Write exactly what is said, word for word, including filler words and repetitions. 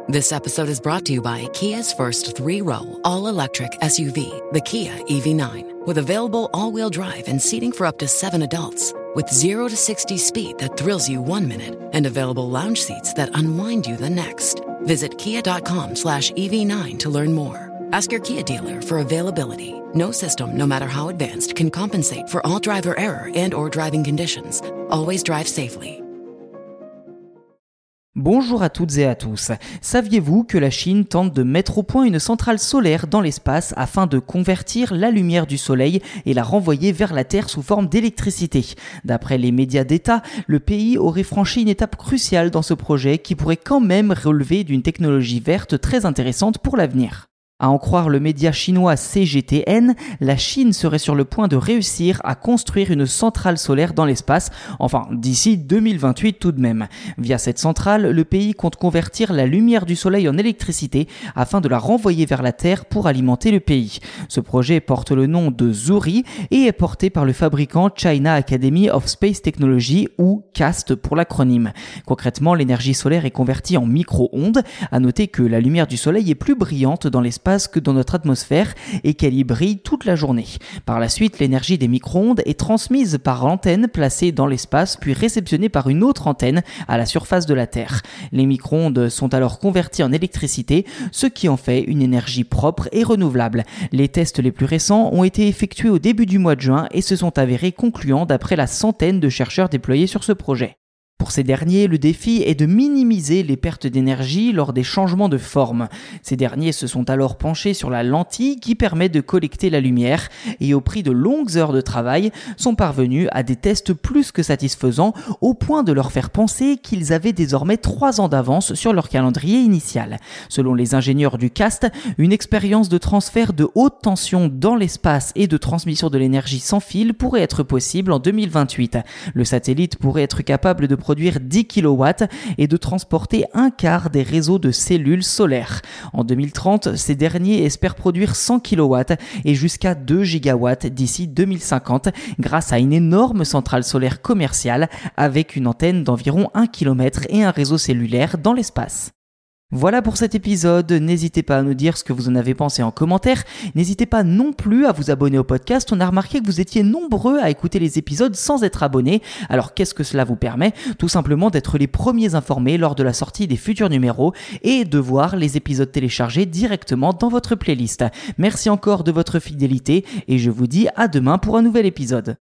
This episode is brought to you by Kia's first three-row, all-electric S U V, the Kia E V nine. With available all-wheel drive and seating for up to seven adults. With zero to sixty speed that thrills you one minute and available lounge seats that unwind you the next. Visit kia.com slash EV9 to learn more. Ask your Kia dealer for availability. No system, no matter how advanced, can compensate for all driver error and or driving conditions. Always drive safely. Bonjour à toutes et à tous. Saviez-vous que la Chine tente de mettre au point une centrale solaire dans l'espace afin de convertir la lumière du soleil et la renvoyer vers la Terre sous forme d'électricité? D'après les médias d'État, le pays aurait franchi une étape cruciale dans ce projet qui pourrait quand même relever d'une technologie verte très intéressante pour l'avenir. À en croire le média chinois C G T N, la Chine serait sur le point de réussir à construire une centrale solaire dans l'espace, enfin d'ici deux mille vingt-huit tout de même. Via cette centrale, le pays compte convertir la lumière du soleil en électricité afin de la renvoyer vers la Terre pour alimenter le pays. Ce projet porte le nom de Zuri et est porté par le fabricant China Academy of Space Technology ou C A S T pour l'acronyme. Concrètement, l'énergie solaire est convertie en micro-ondes. À noter que la lumière du soleil est plus brillante dans l'espace que dans notre atmosphère et qu'elle y brille toute la journée. Par la suite, l'énergie des micro-ondes est transmise par l'antenne placée dans l'espace puis réceptionnée par une autre antenne à la surface de la Terre. Les micro-ondes sont alors convertis en électricité, ce qui en fait une énergie propre et renouvelable. Les tests les plus récents ont été effectués au début du mois de juin et se sont avérés concluants d'après la centaine de chercheurs déployés sur ce projet. Pour ces derniers, le défi est de minimiser les pertes d'énergie lors des changements de forme. Ces derniers se sont alors penchés sur la lentille qui permet de collecter la lumière et au prix de longues heures de travail, sont parvenus à des tests plus que satisfaisants au point de leur faire penser qu'ils avaient désormais trois ans d'avance sur leur calendrier initial. Selon les ingénieurs du C A S T, une expérience de transfert de haute tension dans l'espace et de transmission de l'énergie sans fil pourrait être possible en deux mille vingt-huit. Le satellite pourrait être capable de produire dix kilowatts et de transporter un quart des réseaux de cellules solaires. En deux mille trente, ces derniers espèrent produire cent kilowatts et jusqu'à deux gigawatts d'ici deux mille cinquante grâce à une énorme centrale solaire commerciale avec une antenne d'environ un kilomètre et un réseau cellulaire dans l'espace. Voilà pour cet épisode, n'hésitez pas à nous dire ce que vous en avez pensé en commentaire, n'hésitez pas non plus à vous abonner au podcast, on a remarqué que vous étiez nombreux à écouter les épisodes sans être abonnés, alors qu'est-ce que cela vous permet? Tout simplement d'être les premiers informés lors de la sortie des futurs numéros et de voir les épisodes téléchargés directement dans votre playlist. Merci encore de votre fidélité et je vous dis à demain pour un nouvel épisode.